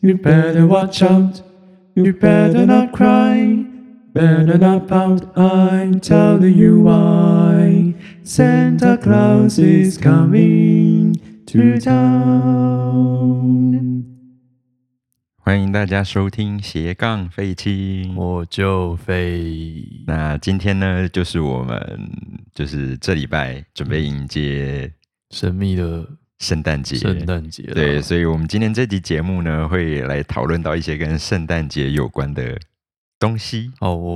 You better watch out. You better not cry. Better not pout. I'm telling you why. Santa Claus is coming to town. 欢迎大家收听斜杠废青， 我就废。 那今天呢，就是我们这礼拜准备迎接神秘的圣诞节。 对， 所以我们今天这集节目呢，会来讨论到一些跟圣诞节有关的东西。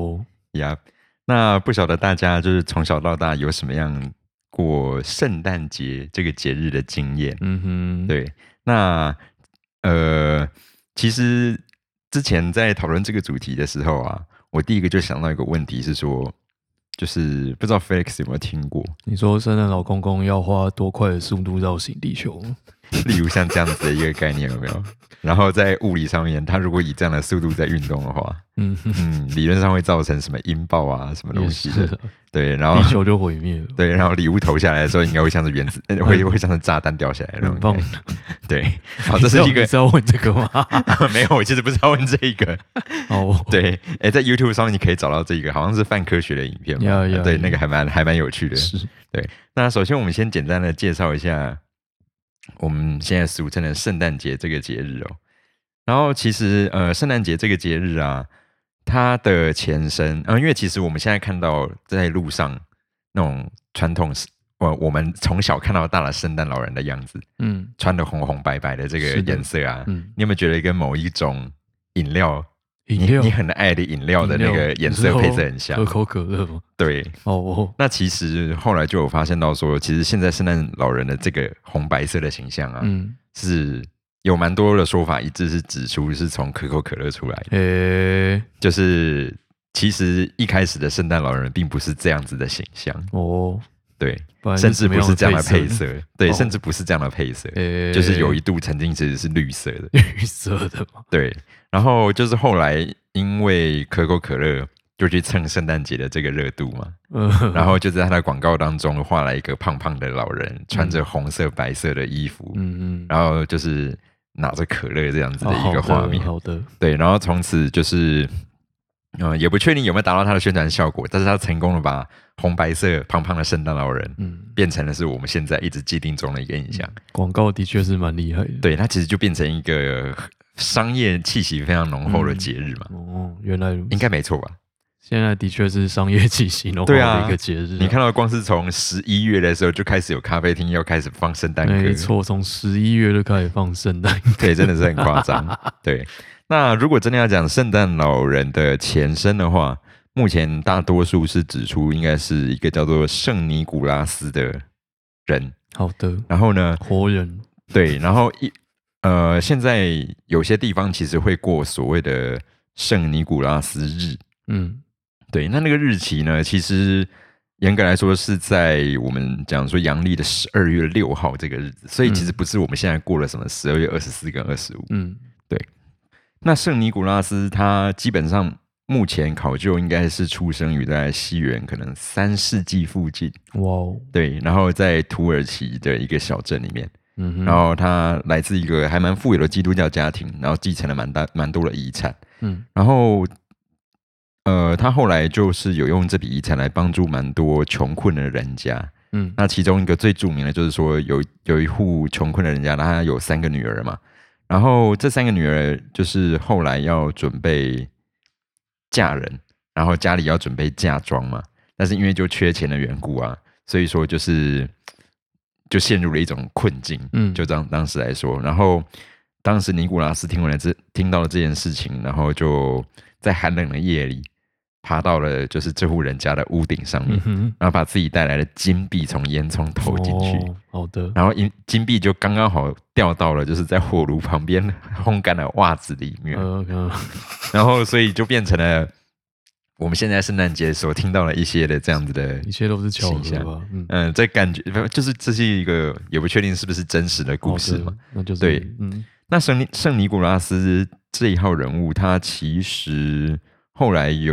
那不晓得大家就是从小到大有什么样过圣诞节这个节日的经验？对，那其实之前在讨论这个主题的时候啊，我第一个就想到一个问题是说，就是不知道 Felix 有没有听过？ 你说圣诞老公公要花多快的速度绕行地球？ 例如像这样子的一个概念有没有？然后在物理上面，它如果以这样的速度在运动的话，理论上会造成什么音爆啊，什么东西的？对，然后地球就毁灭了。 对，然后礼物投下来的时候，应该会像是原子，会像是炸弹掉下来那种感觉。对，好，这是一个。 你是要问这个吗？ 没有，我其实不是要问这一个。对，在 YouTube 上面你可以找到这一个，好像是泛科学的影片嘛。对，那个还蛮有趣的。 是。 对，那首先我们先简单的介绍一下我们现在俗称的圣诞节这个节日哦。然后其实圣诞节这个节日啊，它的前身因为其实我们现在看到在路上那种传统我们从小看到大的圣诞老人的样子，穿的红红白白的这个颜色啊，你有没有觉得跟某一种饮料你很爱的饮料的那个颜色配色很像？ 可口可乐吗？ 对。那其实后来就有发现到说，其实现在圣诞老人的这个红白色的形象啊，是有蛮多的说法一致是指出是从可口可乐出来的。就是其实一开始的圣诞老人并不是这样子的形象对，甚至不是这样的配色，对，甚至不是这样的配色，就是有一度曾经其实是绿色的， 绿色的嘛。 对，然后就是后来因为可口可乐就去蹭圣诞节的这个热度嘛，然后就在他的广告当中画了一个胖胖的老人，穿着红色白色的衣服，然后就是拿着可乐这样子的一个画面。 好的， 对，然后从此就是也不确定有没有达到他的宣传效果，但是他成功的把红白色胖胖的圣诞老人变成了是我们现在一直既定中的一个印象。 广告的确是蛮厉害的。 对，它其实就变成一个商业气息非常浓厚的节日嘛。 原来如此， 应该没错吧？ 现在的确是商业气息浓厚的一个节日。 你看到光是从11月的时候就开始有咖啡厅要开始放圣诞歌。 没错，从11月就开始放圣诞歌。 对，真的是很夸张。对，那如果真的要讲圣诞老人的前身的话，目前大多数是指出应该是一个叫做圣尼古拉斯的人。 好的。 然后呢， 活人。 对，然后现在有些地方其实会过所谓的圣尼古拉斯日。对，那个日期呢，其实严格来说是在我们讲说阳历的12月6号这个日子，所以其实不是我们现在过了什么12月24跟25。对。那圣尼古拉斯他基本上目前考究应该是出生于在西元可能3世纪附近。对，然后在土耳其的一个小镇里面。然后他来自一个还蛮富有的基督教家庭，然后继承了蛮多的遗产。然后他后来就是有用这笔遗产来帮助蛮多穷困的人家。那其中一个最著名的就是说有一户穷困的人家，他有3个女儿嘛，然后这3个女儿就是后来要准备嫁人，然后家里要准备嫁妆嘛，但是因为就缺钱的缘故啊，所以说就陷入了一种困境。就当时来说，然后当时尼古拉斯听到了这件事情，然后就在寒冷的夜里爬到了就是这户人家的屋顶上面，然后把自己带来的金币从烟囱投进去。 好的。 然后金币就刚刚好掉到了就是在火炉旁边烘干的袜子里面。然后所以就变成了我们现在圣诞节所听到的一些的这样子的， 一切都是巧合吧？ 这感觉就是这是一个也不确定是不是真实的故事嘛？ 那就是对。那圣尼古拉斯这一号人物，他其实后来有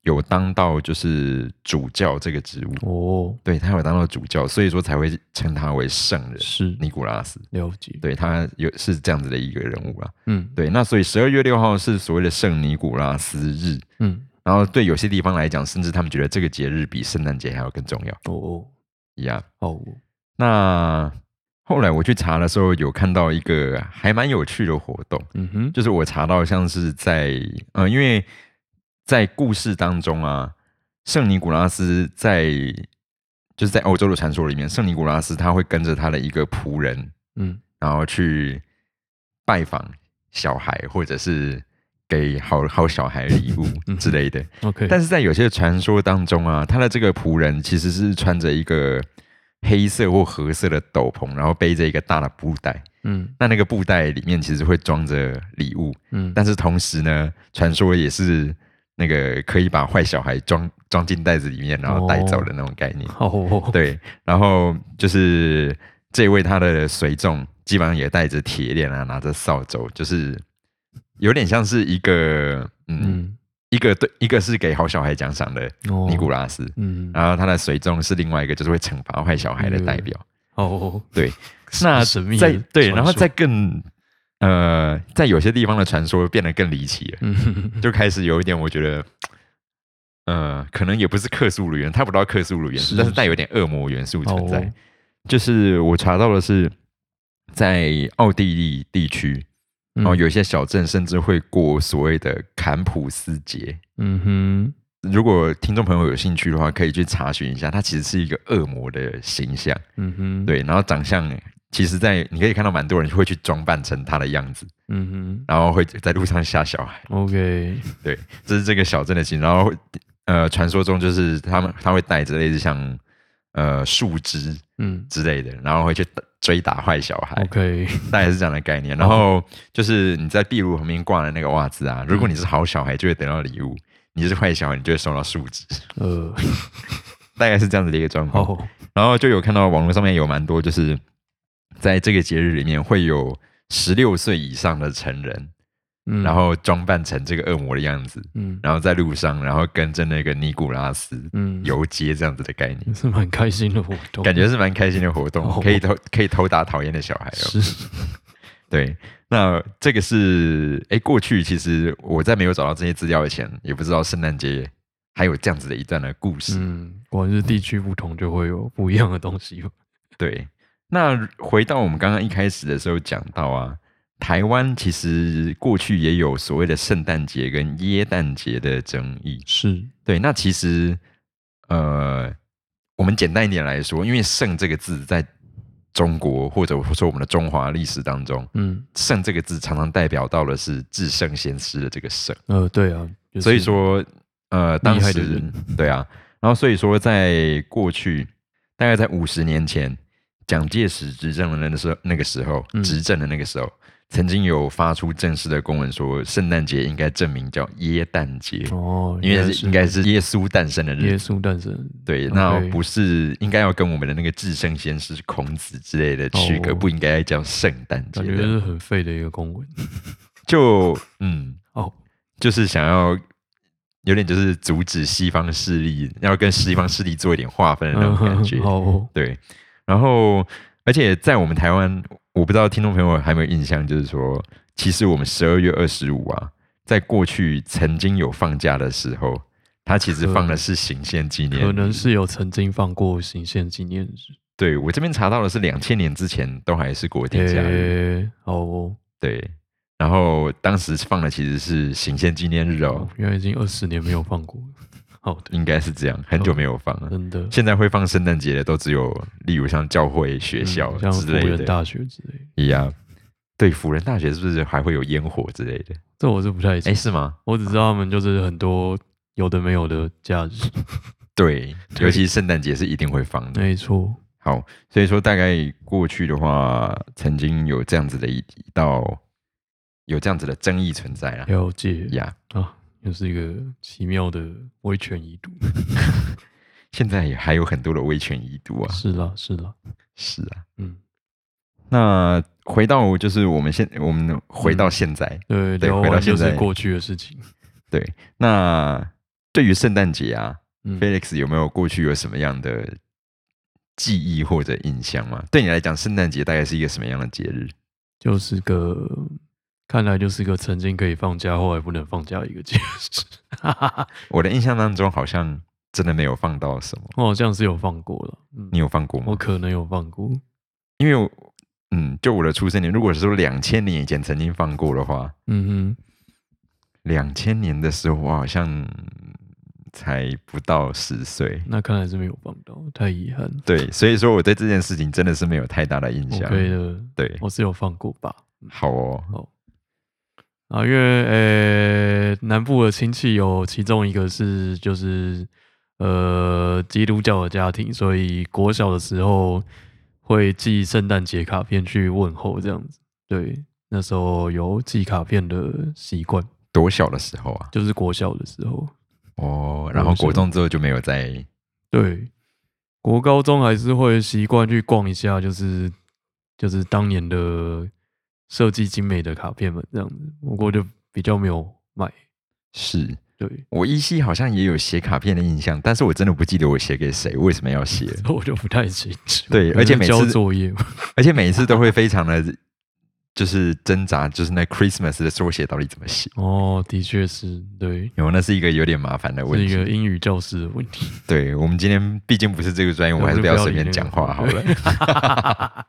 有当到就是主教这个职务哦， 对，他有当到主教，所以说才会称他为圣人， 是尼古拉斯。 了解， 对，他是这样子的一个人物啦。 嗯， 对，那所以12月6号是所谓的圣尼古拉斯日，然后对有些地方来讲，甚至他们觉得这个节日比圣诞节还要更重要。 哦， 那后来我去查的时候，有看到一个还蛮有趣的活动，就是我查到像是在因为在故事当中啊，圣尼古拉斯就是在欧洲的传说里面，圣尼古拉斯他会跟着他的一个仆人，然后去拜访小孩，或者是给好小孩礼物之类的。 OK， 但是在有些传说当中啊，他的这个仆人其实是穿着一个黑色或褐色的斗篷，然后背着一个大的布袋。那个布袋里面其实会装着礼物。但是同时呢，传说也是那个可以把坏小孩装进袋子里面，然后带走的那种概念。对，然后就是这位他的随从基本上也带着铁链啊，拿着扫帚，就是有点像是一个一个是给好小孩奖赏的尼古拉斯，然后他的随从是另外一个就是会惩罚坏小孩的代表。对，那对，然后再更在有些地方的传说变得更离奇了，就开始有一点我觉得可能也不是克苏鲁元素，他不到克苏鲁元素，但是带有点恶魔元素存在。就是我查到的是，在奥地利地区，有一些小镇甚至会过所谓的坎普斯节。如果听众朋友有兴趣的话，可以去查询一下，它其实是一个恶魔的形象。对，然后长相其实你可以看到蛮多人会去装扮成他的样子。然后会在路上吓小孩。 OK， 对，这是这个小镇的形象。然后传说中就是他会带着类似像树枝之类的，然后会去追打坏小孩。 OK， 大概是这样的概念。然后就是你在壁炉旁边挂的那个袜子啊，如果你是好小孩就会得到礼物，你是坏小孩你就会收到树枝。大概是这样子的一个状况。然后就有看到网络上面有蛮多，就是在这个节日里面会有16岁以上的成人，然后装扮成这个恶魔的样子，然后在路上，然后跟着那个尼古拉斯游街这样子的概念， 是蛮开心的活动， 感觉是蛮开心的活动，可以偷打讨厌的小孩哦。 是， 对，那这个是过去其实我在没有找到这些资料以前，也不知道圣诞节还有这样子的一段的故事。 果然是地区不同就会有不一样的东西。 对，那回到我们刚刚一开始的时候讲到啊，台湾其实过去也有所谓的圣诞节跟耶诞节的争议。 是， 对，那其实我们简单一点来说，因为圣这个字在中国或者说我们的中华历史当中，圣这个字常常代表到的是至圣先师的这个圣。 对啊，就是、 所以说当时对啊，然后所以说在过去大概在50年前，蒋介石执政的那个时候，曾经有发出正式的公文说，圣诞节应该正名叫耶诞节。因为应该是耶稣诞生的日子。 耶稣诞生， 对，那不是应该要跟我们的那个至圣先师孔子之类的区隔，不应该叫圣诞节。 感觉是很废的一个公文。 就是想要有点就是阻止西方势力，要跟西方势力做一点划分的那种感觉。对，然后而且在我们台湾，我不知道听众朋友还有没有印象，就是说，其实我们12月25啊，在过去曾经有放假的时候，它其实放的是行宪纪念日， 可能是有曾经放过行宪纪念日。 对，我这边查到的是2000年之前都还是国定假日。对，然后当时放的其实是行宪纪念日哦。 原来已经20年没有放过了。好的， 应该是这样，很久没有放了。 真的， 现在会放圣诞节的都只有，例如像教会、学校之类的， 像辅仁大学之类的。 一样，对，辅仁大学是不是还会有烟火之类的？ 这我是不太清楚。 是吗？ 我只知道他们就是很多有的没有的假日。 对，尤其圣诞节是一定会放的。 没错。 好，所以说大概过去的话，曾经有这样子的有这样子的争议存在啦。 了解呀又是一个奇妙的威权遗毒。 现在也还有很多的威权遗毒啊。 是啦。 是啊。那回到就是我们回到现在， 对， 回到现在就是过去的事情。 对，那对于圣诞节啊，Felix 有没有过去有什么样的记忆或者印象吗？对你来讲，圣诞节大概是一个什么样的节日？ 看来就是个曾经可以放假，后来不能放假的一个节日。 我的印象当中好像真的没有放到什么。 我好像是有放过了。 你有放过吗？ 我可能有放过， 因为就我的出生年，如果是说2000年以前曾经放过的话，2000年的时候我好像才不到10岁， 那看来是没有放到，太遗憾。 对，所以说我对这件事情真的是没有太大的印象。 OK 的， 对， 我是有放过吧。 好哦， 因为南部的亲戚有其中一个是就是基督教的家庭，所以国小的时候会寄圣诞节卡片去问候这样子。对，那时候有寄卡片的习惯。 多小的时候啊？ 就是国小的时候。 然后国中之后就没有再。 对，国高中还是会习惯去逛一下，就是当年的设计精美的卡片们这样子，不过就比较没有买。 是， 对， 我依稀好像也有写卡片的印象，但是我真的不记得我写给谁，为什么要写， 我就不太清楚。 对，而且每次交作业， 而且每一次都会非常的。就是挣扎，就是那 Christmas 的缩写到底怎么写？ 的确是，对， 因为那是一个有点麻烦的问题， 是一个英语教师的问题。 对，我们今天毕竟不是这个专业，我们还是不要随便讲话好了。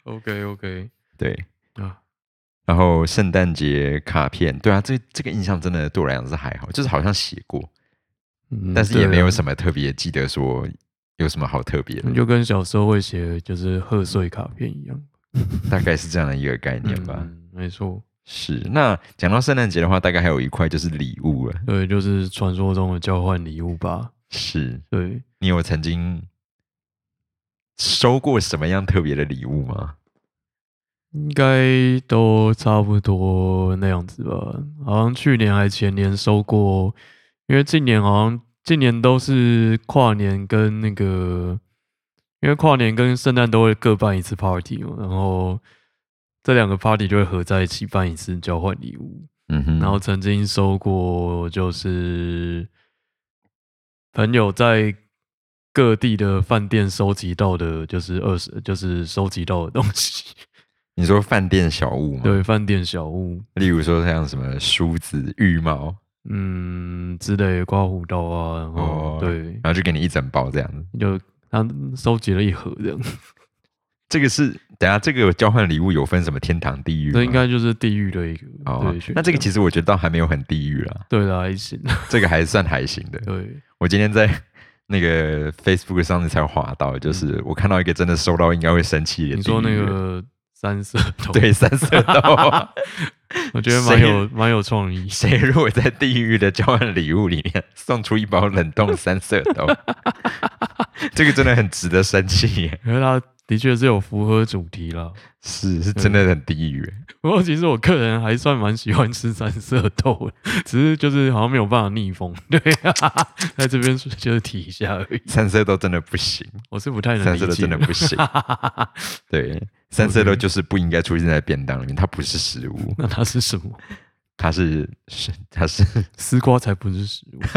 OK， 对然后圣诞节卡片，对啊，这个印象真的对我来讲是还好，就是好像写过，但是也没有什么特别记得说有什么好特别的， 就跟小时候会写就是贺岁卡片一样。 大概是这样的一个概念吧。 没错。 是，那讲到圣诞节的话，大概还有一块就是礼物了。 对，就是传说中的交换礼物吧。 是， 对。 你有曾经收过什么样特别的礼物吗？ 应该都差不多那样子吧。好像去年还前年收过，因为今年都是跨年跟那个。因为跨年跟圣诞都会各办一次 party 嘛，然后这两个 party 就会合在一起办一次交换礼物。然后曾经收过就是朋友在各地的饭店收集到的，就是收集到的东西。 你说饭店小物吗？ 对，饭店小物， 例如说像什么梳子、浴帽， 之类的刮胡刀啊，然后对， 然后就给你一整包这样子， 就他收集了一盒这样。 这个是等下这个交换礼物有分什么天堂地狱吗？ 这应该就是地狱的一个。 那这个其实我觉得倒还没有很地狱啦。 对啦，还行。 这个还算还行的。 对， 我今天在那个 Facebook 上面才滑到，就是我看到一个真的收到应该会生气的。 你说那个三色豆？ 对，三色豆。 我觉得蛮有创意。 谁如果在地狱的交换礼物里面送出一包冷冻三色豆，这个真的很值得生气耶。 因为它的确是有符合主题啦， 是真的很地狱。 不过其实我个人还算蛮喜欢吃三色豆的，只是就是好像没有办法逆风。对在这边就是提一下而已。 三色豆真的不行， 我是不太能理解。 三色豆真的不行。对。三色豆就是不应该出现在便当里面，它不是食物。 那它是什么？ 它是丝瓜才不是食物。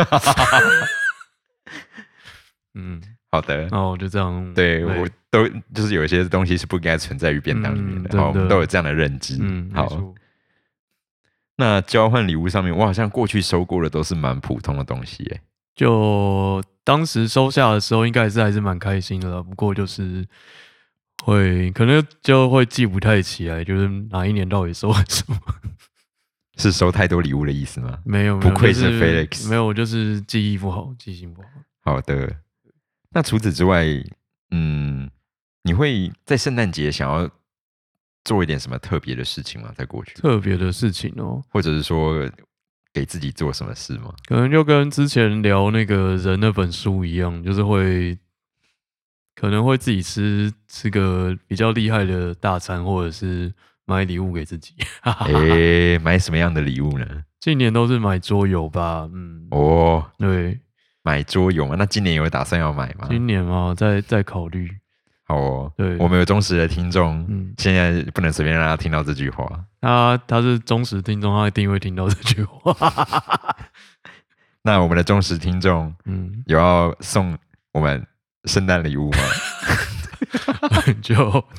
好的。 哦，就这样。 对，我都就是有一些东西是不应该存在于便当里面的。好，我们都有这样的认知。好。那交换礼物上面，我好像过去收过的都是蛮普通的东西耶。 就当时收下的时候，应该还是蛮开心的啦。不过就是。可能就会记不太起来，就是哪一年到底收了什么。 是收太多礼物的意思吗？ 没有， 不愧是 Felix。 没有，就是记忆不好，记性不好。 好的。那除此之外，你会在圣诞节想要做一点什么特别的事情吗？在过去特别的事情哦， 或者是说给自己做什么事吗？ 可能就跟之前聊那个人那本书一样，就是可能会自己吃个比较厉害的大餐，或者是买礼物给自己。 买什么样的礼物呢？ 今年都是买桌游吧。对， 买桌游嘛。那今年有打算要买吗？ 今年嘛，再考虑。 好哦。 对， 我们有忠实的听众，现在不能随便让他听到这句话。 他是忠实听众，他一定会听到这句话。 那我们的忠实听众，有要送我们圣诞礼物吗？ 就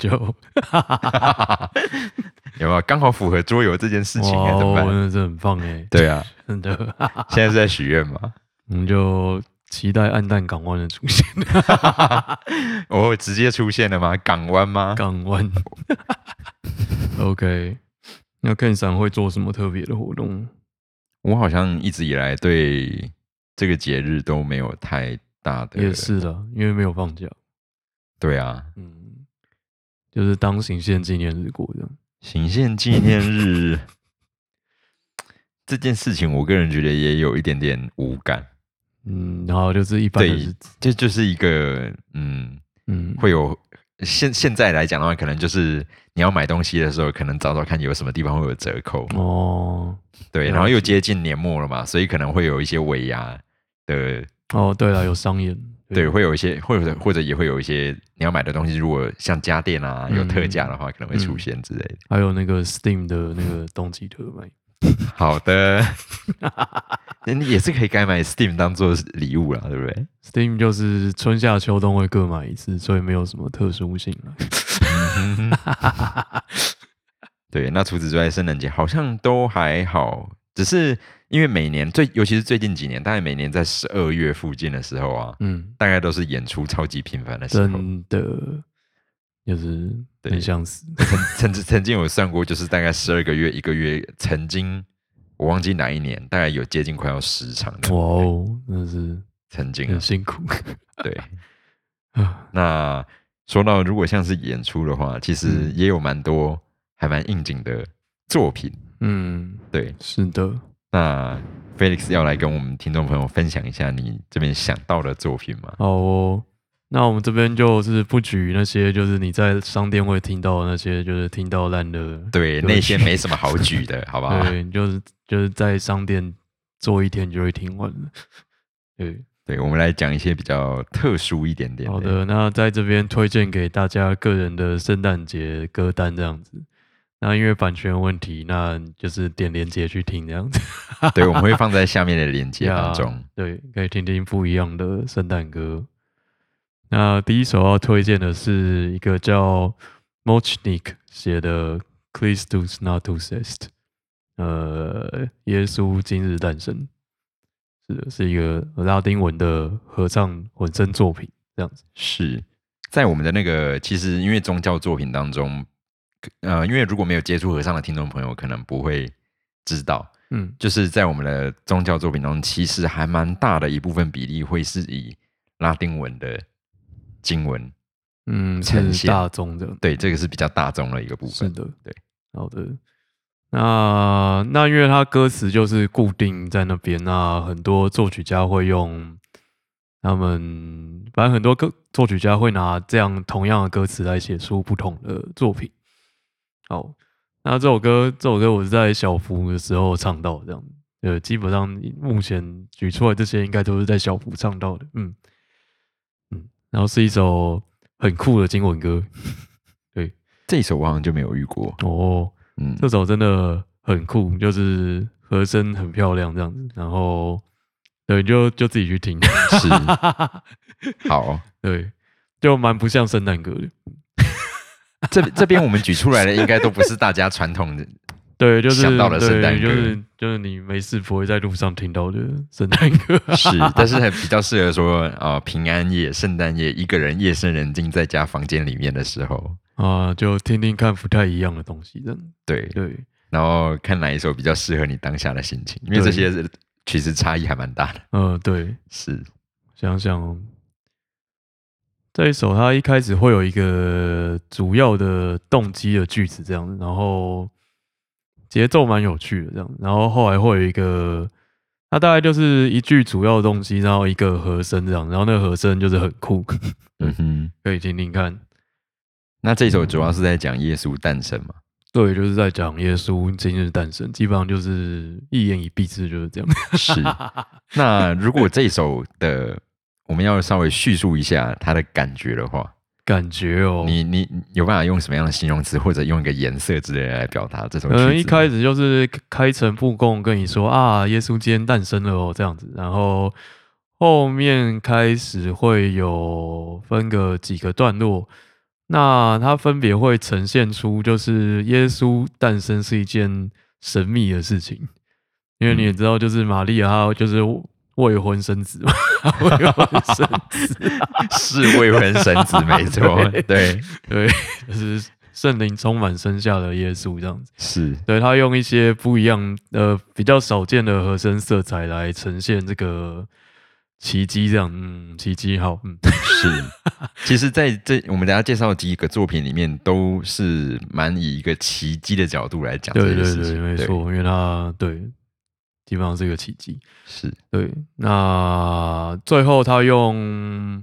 有没有刚好符合桌游这件事情？怎么办？ 真的是很棒哎！ 对啊， 真的。 现在是在许愿吗？ 我们就期待暗淡港湾的出现。 哦，直接出现了吗？港湾吗？ 港湾。OK， 那 Ken 桑会做什么特别的活动？ 我好像一直以来对这个节日都没有太大的。 也是的，因为没有放假。 对啊， 就是当行宪纪念日过这样。 行宪纪念日这件事情，我个人觉得也有一点点无感。 然后就是一般的日子， 这就是一个会有现在来讲的话，可能就是你要买东西的时候，可能找找看有什么地方会有折扣哦。对，然后又接近年末了嘛，所以可能会有一些尾牙的哦。对了，有商演。 对，会有一些，或者也会有一些你要买的东西，如果像家电啊有特价的话，可能会出现之类的。 还有那个 Steam 的那个冬季特卖。 好的，你也是可以该买 Steam 当做礼物啦，对不对 ？Steam 就是春夏秋冬会各买一次，所以没有什么特殊性了。 对，那除此之外，圣诞节好像都还好，只是因为每年尤其是最近几年，大概每年在12月附近的时候啊，大概都是演出超级频繁的时候， 真的就是很相似。 曾经有算过，就是大概12个月1个月，曾经我忘记哪一年，大概有接近快要10场的。 哇哦，那是曾经很辛苦。 对，那说到如果像是演出的话，其实也有蛮多还蛮应景的作品。对， 是的。 那 Felix 要来跟我们听众朋友分享一下你这边想到的作品吗？ 好哦，那我们这边就是不举那些就是你在商店会听到的那些就是听到烂的， 对，那些没什么好举的，好不好？ 对，就是在商店做一天就会听完了。 对，我们来讲一些比较特殊一点点的。 好的，那在这边推荐给大家个人的圣诞节歌单这样子。那因为版权问题，那就是点连结去听这样子。 对，我们会放在下面的连结当中。 对，可以听听不一样的圣诞歌。那第一首要推荐的是一个叫 Mochnik 写的 Christus Natus Est， 耶稣今日诞生。是一个拉丁文的合唱混声作品，这样子。 是在我们的那个，其实因为宗教作品当中。因为如果没有接触合唱的听众朋友，可能不会知道，就是在我们的宗教作品中，其实还蛮大的一部分比例会是以拉丁文的经文，呈现是大宗的， 对，这个是比较大宗的一个部分， 是的， 对， 好的。那因为它歌词就是固定在那边，那很多作曲家会用他们，反正很多作曲家会拿这样同样的歌词来写出不同的作品。好，那这首歌我是在小福的时候唱到的，这样，基本上目前举出来这些应该都是在小福唱到的，然后是一首很酷的经文歌，对， 这一首我好像就没有遇过哦，这首真的很酷，就是和声很漂亮这样子，然后对，就自己去听， 是，好， 对，就蛮不像圣诞歌的。 这边我们举出来的应该都不是大家传统的， 对，就是想到的圣诞歌， 就是你没事不会在路上听到的圣诞歌， 是，但是还比较适合说平安夜、圣诞夜，一个人夜深人静在家房间里面的时候就听听看不太一样的东西，这样， 对，然后看哪一首比较适合你当下的心情，因为这些其实差异还蛮大的， 对， 是， 想想。这一首它一开始会有一个主要的动机的句子这样子，然后节奏蛮有趣的这样，然后后来会有一个，它大概就是一句主要的东西，然后一个和声这样，然后那个和声就是很酷，可以听听看。 那这首主要是在讲耶稣诞生嘛？ 对，就是在讲耶稣今日诞生，基本上就是一言以蔽之就是这样。 是。那如果这一首的我们要稍微叙述一下它的感觉的话， 感觉哦。 你有办法用什么样的形容词，或者用一个颜色之类的来表达这首曲子？ 一开始就是开诚布公跟你说啊，耶稣今天诞生了哦，这样子，然后后面开始会有分个几个段落，那它分别会呈现出就是耶稣诞生是一件神秘的事情，因为你也知道，就是玛利亚她就是未婚生子嘛，未婚生子是未婚生子，没错，对， 就是圣灵充满生下的耶稣这样子， 是， 对，他用一些不一样比较少见的和声色彩来呈现这个奇迹，这样，奇迹好， 是。其实在我们等一下介绍的几个作品里面，都是蛮以一个奇迹的角度来讲这件事情， 对，没错，因为他对基本上是一个奇迹， 是对。那最后他用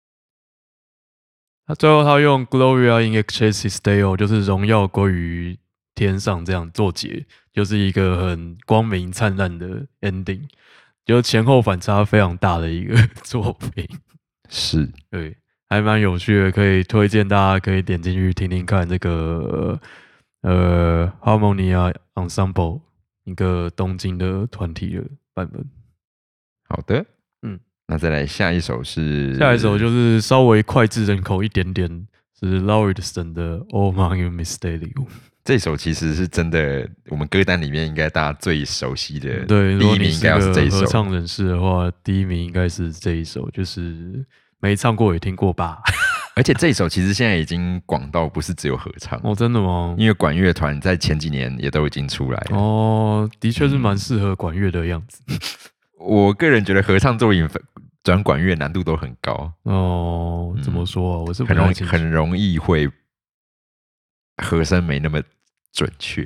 Gloria in excelsis Deo， 就是荣耀归于天上这样作结，就是一个很光明灿烂的 ending。就前后反差非常大的一个作品， 是， 对，还蛮有趣的，可以推荐大家可以点进去听听看这个Harmonia Ensemble 一个东京的团体的版本。 好的，那再来下一首就是稍微脍炙人口一点点，是 Lauridsen 的 O Magnum Mysterium。 这首其实是真的，我们歌单里面应该大家最熟悉的， 对， 第一名应该要是这一首。 合唱人士的话，第一名应该是这一首，就是没唱过也听过吧。 而且这一首其实现在已经广到不是只有合唱哦，真的吗？ 因为管乐团在前几年也都已经出来了。 哦，的确是蛮适合管乐的样子。 我个人觉得合唱作品转管乐难度都很高。 哦，怎么说啊？我是很容易会和声没那么准确。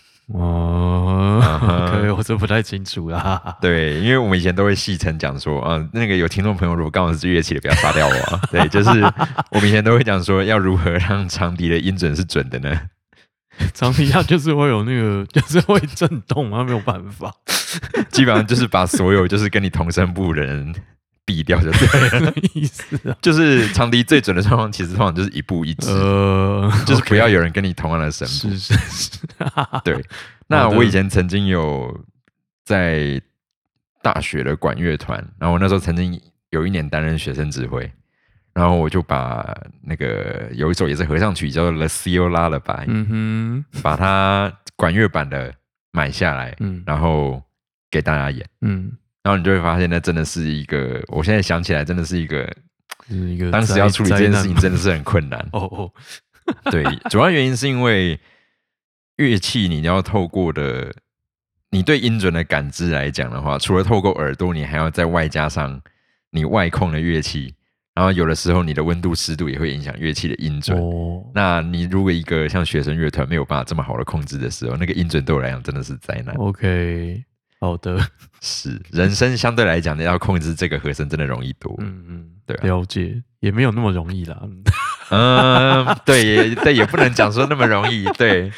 OK， 我这不太清楚啦。 对，因为我们以前都会戏称讲说，那个有听众朋友如果刚好是乐器的，不要杀掉我。对，就是我们以前都会讲说，要如何让长笛的音准是准的呢？ 长笛它就是会有那个，就是会震动，它没有办法。 基本上就是把所有就是跟你同声部的人避掉就对了， 意思啊， 就是长笛最准的状况，其实通常就是一步一支，就是不要有人跟你同样的声部。 是， 对。那我以前曾经有在大学的管乐团，然后我那时候曾经有一年担任学生指挥，然后我就把那个有一首也是合唱曲叫做《The Seal Lullaby》，把它管乐版的买下来，然后给大家演，然后你就会发现，那真的是一个，我现在想起来，真的是一个当时要处理这件事情真的是很困难。对，主要原因是因为乐器你要透过的，你对音准的感知来讲的话，除了透过耳朵，你还要再外加上你外控的乐器，然后有的时候你的温度、湿度也会影响乐器的音准。那你如果一个像学生乐团没有办法这么好的控制的时候，那个音准对我来讲真的是灾难。 OK。好的， 是人生相对来讲，要控制这个和声真的容易多。对、啊， 了解，也没有那么容易啦。 对，也不能讲说那么容易。对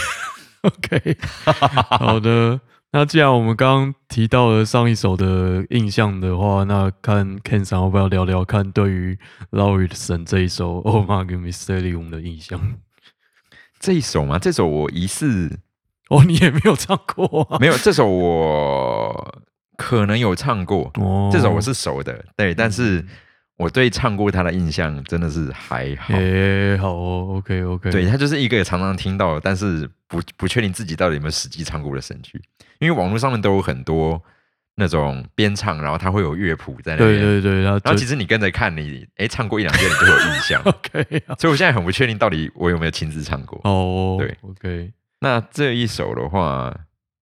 ，OK， 好的。那既然我们刚刚提到了上一首的印象的话，那看 Ken 桑要不要聊聊看对于 Lauridsen 这一首《O Magnum Mysterium》的印象？ 这一首吗？这首我疑似。 你也没有唱过啊？ 没有，这首我可能有唱过，这首我是熟的，对，但是我对唱过他的印象真的是还好。 好哦 ，OK， 对，他就是一个常常听到，但是不确定自己到底有没有实际唱过的神曲，因为网络上面都有很多那种编唱，然后他会有乐谱在那边， 对，然后其实你跟着看，你唱过一两遍，你就会有印象。 OK， 所以我现在很不确定到底我有没有亲自唱过。对 ，OK。 那这一首的话，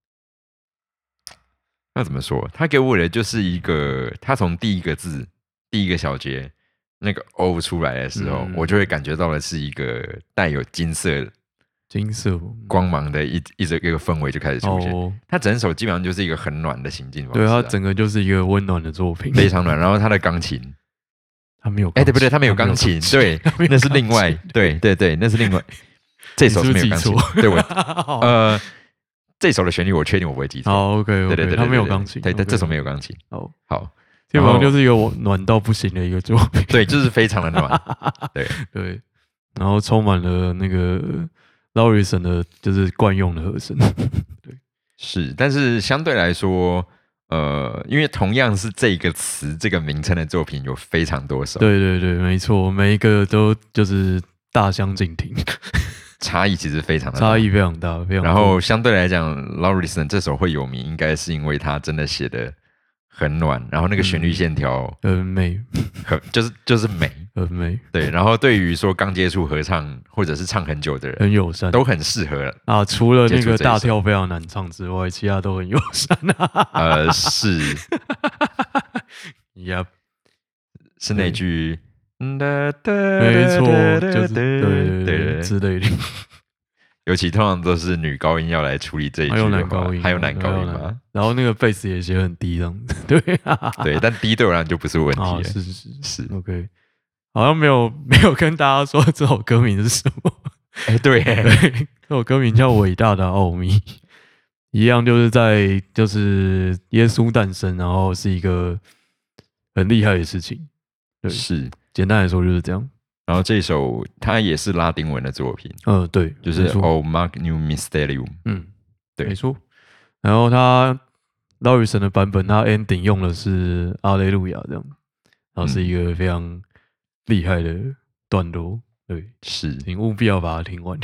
那怎么说？他给我的就是一个，他从第一个字、第一个小节那个 O 出来的时候，我就会感觉到的是一个带有金色光芒的一个氛围就开始出现。他整首基本上就是一个很暖的行进方式， 对，他整个就是一个温暖的作品， 非常暖。然后他的钢琴， 他没有， 对不对？他没有钢琴，对，那是另外，对，那是另外。这首是没有钢琴，对我这首的旋律我确定我不会记错。 OK， 对，他没有钢琴， 对，这首没有钢琴。 好， 基本上就是一个暖到不行的一个作品。 对，就是非常的暖。对对，然后充满了那个 Lauritsen 的就是惯用的和声。对， 是，但是相对来说，因为同样是这个词这个名称的作品有非常多首。 对对对，没错，每一个都就是大相径庭。 差异其实非常的大， 差异非常大，非常大。 然后相对来讲 ，Lauritsen 这首会有名，应该是因为他真的写的很暖，然后那个旋律线条很美， 就是美， 很美。 对，然后对于说刚接触合唱或者是唱很久的人， 很友善， 都很适合啊。除了那个大跳非常难唱之外，其他都很友善啊。 是 ，Yep， 是那句。 没错，就是对之类的。 尤其通常都是女高音要来处理这一句的话，还有男高音吗？ 然后那个贝斯也写很低，这样子。对对，但低对我来讲就不是问题了。 是 OK， 好像没有跟大家说这首歌名是什么。 对， 这首歌名叫《伟大的奥秘》，一样就是耶稣诞生，然后是一个很厉害的事情。对， 是。 简单来说就是这样。 然后这首它也是拉丁文的作品， 对， 就是 O Magnum Mysterium， 对，没错。然后他 Lauritsen 的版本，他 ending 用的是阿雷路亚这样，然后是一个非常厉害的段落。对， 是， 请务必要把它听完。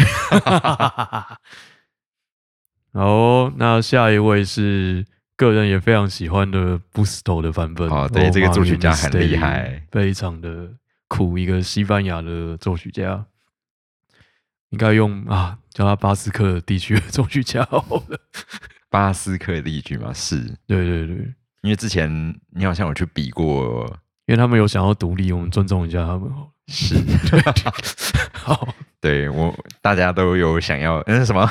好，那下一位是个人也非常喜欢的 Busto 的版本。 对，这个作曲家很厉害， 非常的酷，一个西班牙的作曲家，应该用叫他巴斯克地区的作曲家好了。 巴斯克地区吗？是， 对对对， 因为之前你好像有去比过， 因为他们有想要独立，我们尊重一下他们好了。 是， 好， 对大家都有想要，什么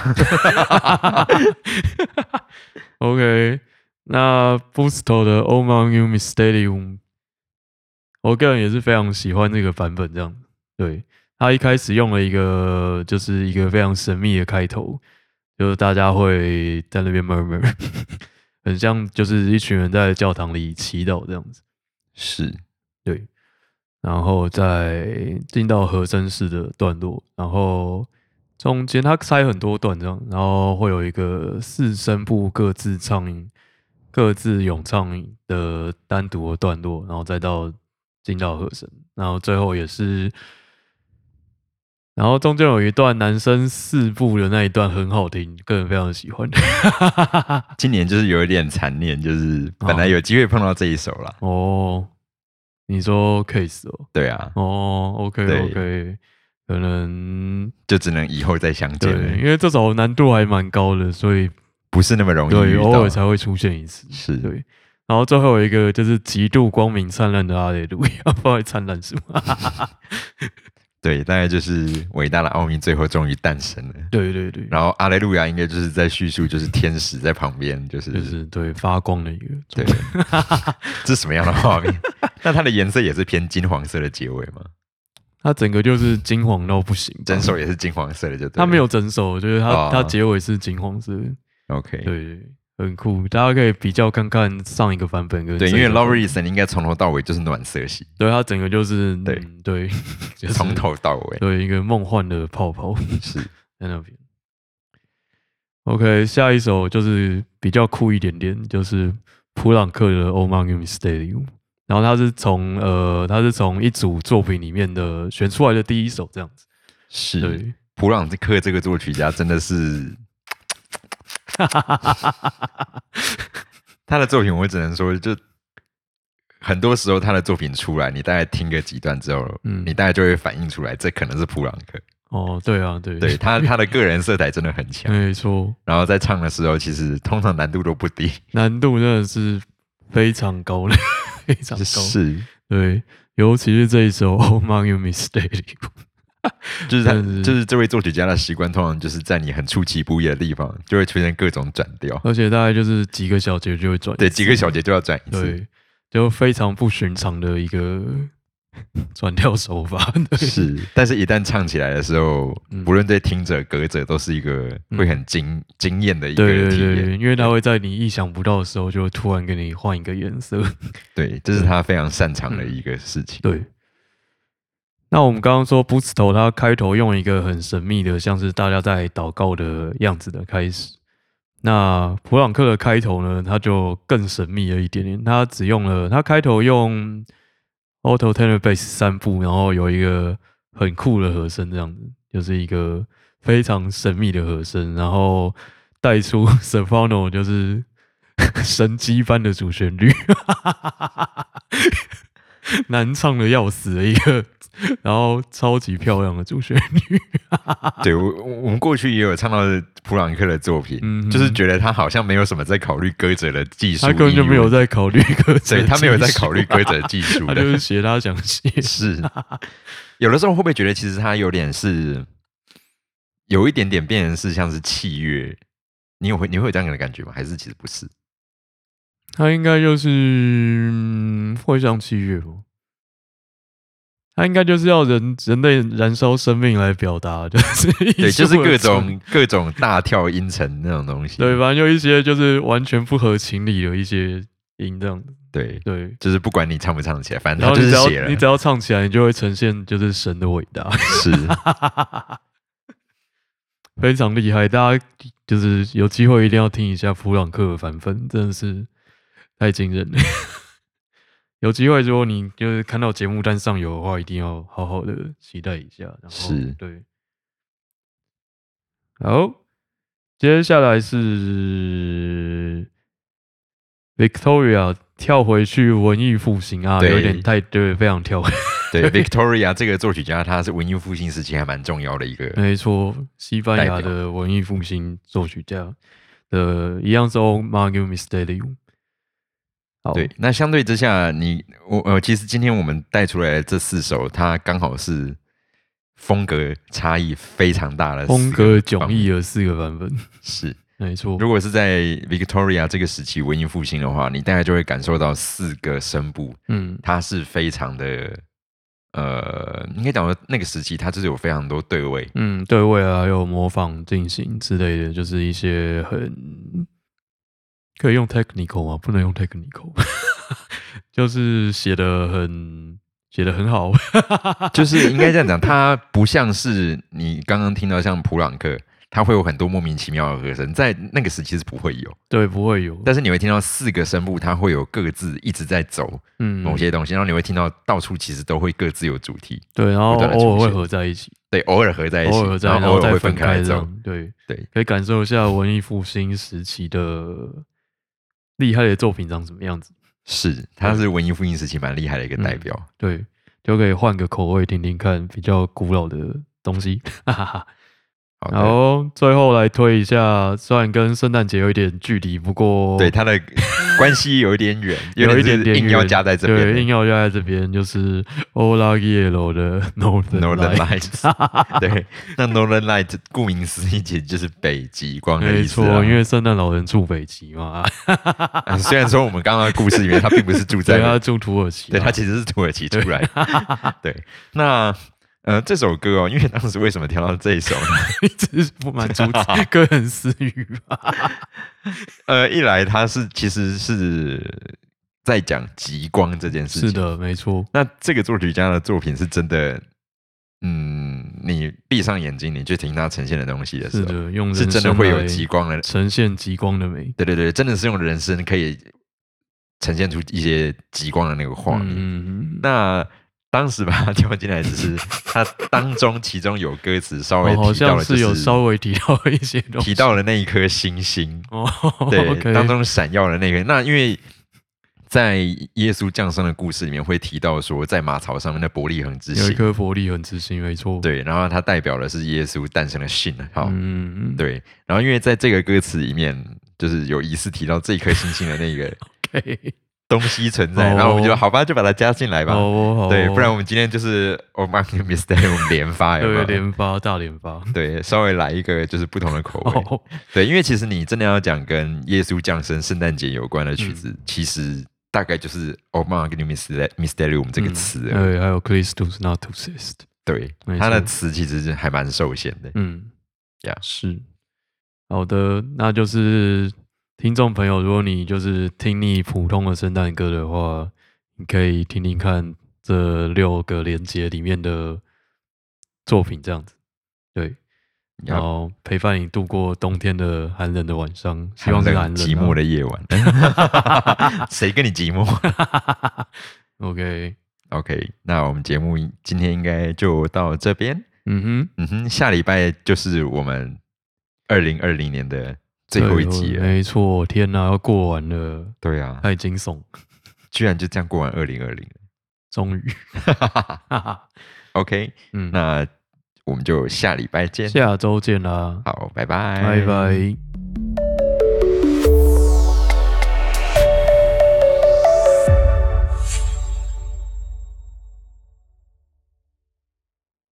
？OK， 那 Busto 的 O Magnum Mysterium。我个人也是非常喜欢这个版本，这样。对，他一开始用了一个非常神秘的开头，就是大家会在那边 murmur， 很像就是一群人在教堂里祈祷这样子。 是， 对。然后再进到和声式的段落，然后中间他塞很多段这样，然后会有一个4声部各自咏唱的单独的段落，然后再进到和声，然后最后也是，然后中间有一段男生4部的那一段很好听，个人非常喜欢。 今年就是有一点残念，就是本来有机会碰到这一首啦。 你说 Case 哦？ 对啊。 OK， 可能就只能以后再相见了。 对，因为这首难度还蛮高的，所以不是那么容易遇到， 对，偶尔才会出现一次。 是， 对。然后最后有一个就是极度光明灿烂的阿雷路亚，不知道灿烂什么。 对，大概就是伟大的奥秘最后终于诞生了。 对对对。 然后阿雷路亚应该就是在叙述，就是天使在旁边，就是对发光的一个。 对，这是什么样的画面？那它的颜色也是偏金黄色的结尾吗？ 它整个就是金黄到不行， 整首也是金黄色的，就对。 它没有整首，我觉得它结尾是金黄色的。 OK， 对。很酷，大家可以比较看看上一个版本跟对，因为 Lauritsen 应该从头到尾就是暖色系， 对，它整个就是对， 从头到尾， 对，一个梦幻的泡泡是在那边。OK， 下一首就是比较酷一点点，就是普朗克的 O Magnum Mysterium， 然后它是从一组作品里面的选出来的第一首这样子。 是， 对， 普朗克这个作曲家真的是。他的作品我只能说，就很多时候他的作品出来，你大概听个几段之后，你大概就会反映出来，这可能是普朗克。 对啊，对， 他的个人色彩真的很强， 没错。然后在唱的时候，其实通常难度都不低， 难度真的是非常高的，非常高。 是， 对，尤其是这一首《O Magnum Mysterium》。 就是这位作曲家的习惯，通常就是在你很出其不意的地方，就会出现各种转调， 而且大概就是几个小节就会转， 对，几个小节就要转一次， 对，就非常不寻常的一个转调手法。 是，但是一旦唱起来的时候，不论对听者、歌者，都是一个会很惊艳的一个体验。 对，因为它会在你意想不到的时候，就突然给你换一个颜色。 对，这是他非常擅长的一个事情。 对。那我们刚刚说 Boosto 它开头用一个很神秘的，像是大家在祷告的样子的开始。那普朗克的开头呢，它就更神秘了一点点。它开头用 Auto Tenor Bass 3部，然后有一个很酷的和声，这样子，就是一个非常神秘的和声，然后带出 Soprano 就是神机般的主旋律，难唱的要死的一个。然后超级漂亮的主旋律， 对我们过去也有唱到普朗克的作品，就是觉得他好像没有什么在考虑歌者的技术， 他根本就没有在考虑歌者， 对他没有在考虑歌者的技术， 他就是写他想写。 是，有的时候会不会觉得其实他有点是有一点点变成是像是器乐？你会有这样的感觉吗？还是其实不是？ 他应该就是会像器乐吧。他应该就是要人类燃烧生命来表达，就是对，就是各种大跳音程那种东西。 对，反正有一些就是完全不合情理的一些音这样子。 对， 就是不管你唱不唱起来，反正他就是写了。 你只要唱起来，你就会呈现就是神的伟大。 是， 非常厉害。大家就是有机会一定要听一下普朗克的反分，真的是太惊人了。有机会，如果你就是看到节目单上有的话，一定要好好的期待一下。然后是， 对。好，接下来是 Victoria 跳回去文艺复兴啊，有点太对，非常跳。 对 Victoria 这个作曲家，他是文艺复兴时期还蛮重要的一个， 没错，西班牙的文艺复兴作曲家的，一样是 Mario Misterio。 对，那相对之下，其实今天我们带出来的这4首，它刚好是风格差异非常大的风格迥异的4个版本， 是没错。 如果是在 Victoria 这个时期文艺复兴的话，你大概就会感受到4个声部，它是非常的，应该讲说那个时期它就是有非常多对位， 对位啊，还有模仿进行之类的，就是一些很。可以用 technical 吗？不能用 technical， 就是写得很好， 就是应该这样讲，它不像是你刚刚听到像普朗克，它会有很多莫名其妙的和声，在那个时期是不会有， 对，不会有。 但是你会听到4个声部，它会有各自一直在走某些东西，然后你会听到到处其实都会各自有主题， 对，然后偶尔会合在一起， 对，偶尔合在一起， 然后再会分开走， 对，可以感受一下文艺复兴时期的厉害的作品长什么样子。 是，他是文艺复兴时期蛮厉害的一个代表， 对，就可以换个口味听听看比较古老的东西，哈哈哈。然后最后来推一下，虽然跟圣诞节有一点距离，不过对它的关系有一点远，有一点硬要加在这边， 对，硬要加在这边就是 Ola Yellow 的 Northern Lights， 对，那 Northern Lights 顾名思义其实就是北极光的意思， 没错，因为圣诞老人住北极嘛。 虽然说我们刚刚的故事里面他并不是住在， 对，他住土耳其， 对，他其实是土耳其出来，对，那。这首歌因为当时为什么挑到这一首呢？ 你只是不满足个人私欲吧？ 一来他其实是在讲极光这件事情， 是的，没错。 那这个作曲家的作品是真的，你闭上眼睛，你去听他呈现的东西的时候，是真的会有极光的呈现极光的美。 对，真的是用人声可以呈现出一些极光的那个画面。那当时把它挑进来，只是它当中其中有歌词稍微提到了， 好像是有稍微提到一些东西， 提到了那一颗星星，对，当中闪耀的那个。那因为在耶稣降生的故事里面会提到说，在马槽上面的伯利恒之星， 有一颗伯利恒之星，没错。 对，然后它代表的是耶稣诞生的信，好，对。然后因为在这个歌词里面，就是有疑似提到这颗星星的那个。东西存在，然后我们就好吧，就把它加进来吧。对，不然我们今天就是Mario Misterio 我们连发，有没有？ 对，连发，大连发。 对，稍微来一个就是不同的口味。对，因为其实你真的要讲跟耶稣降生、圣诞节有关的曲子，其实大概就是《O Margin Mysterium》这个词了。 对，还有 Christus Natus Est。 对，它的词其实还蛮受限的。 是。好的，那就是听众朋友，如果你就是听腻普通的圣诞歌的话，你可以听听看这6个连结里面的作品，这样子。对，然后陪伴你度过冬天的寒冷的晚上，希望是寒冷寂寞的夜晚。谁跟你寂寞？OK， 那我们节目今天应该就到这边。下礼拜就是我们2020年的最后一集了。 没错，天哪，要过完了。 对啊， 太惊悚， 居然就这样过完2020了， 终于。 OK，那我们就下礼拜见， 下周见啦。 好，拜拜， 拜拜。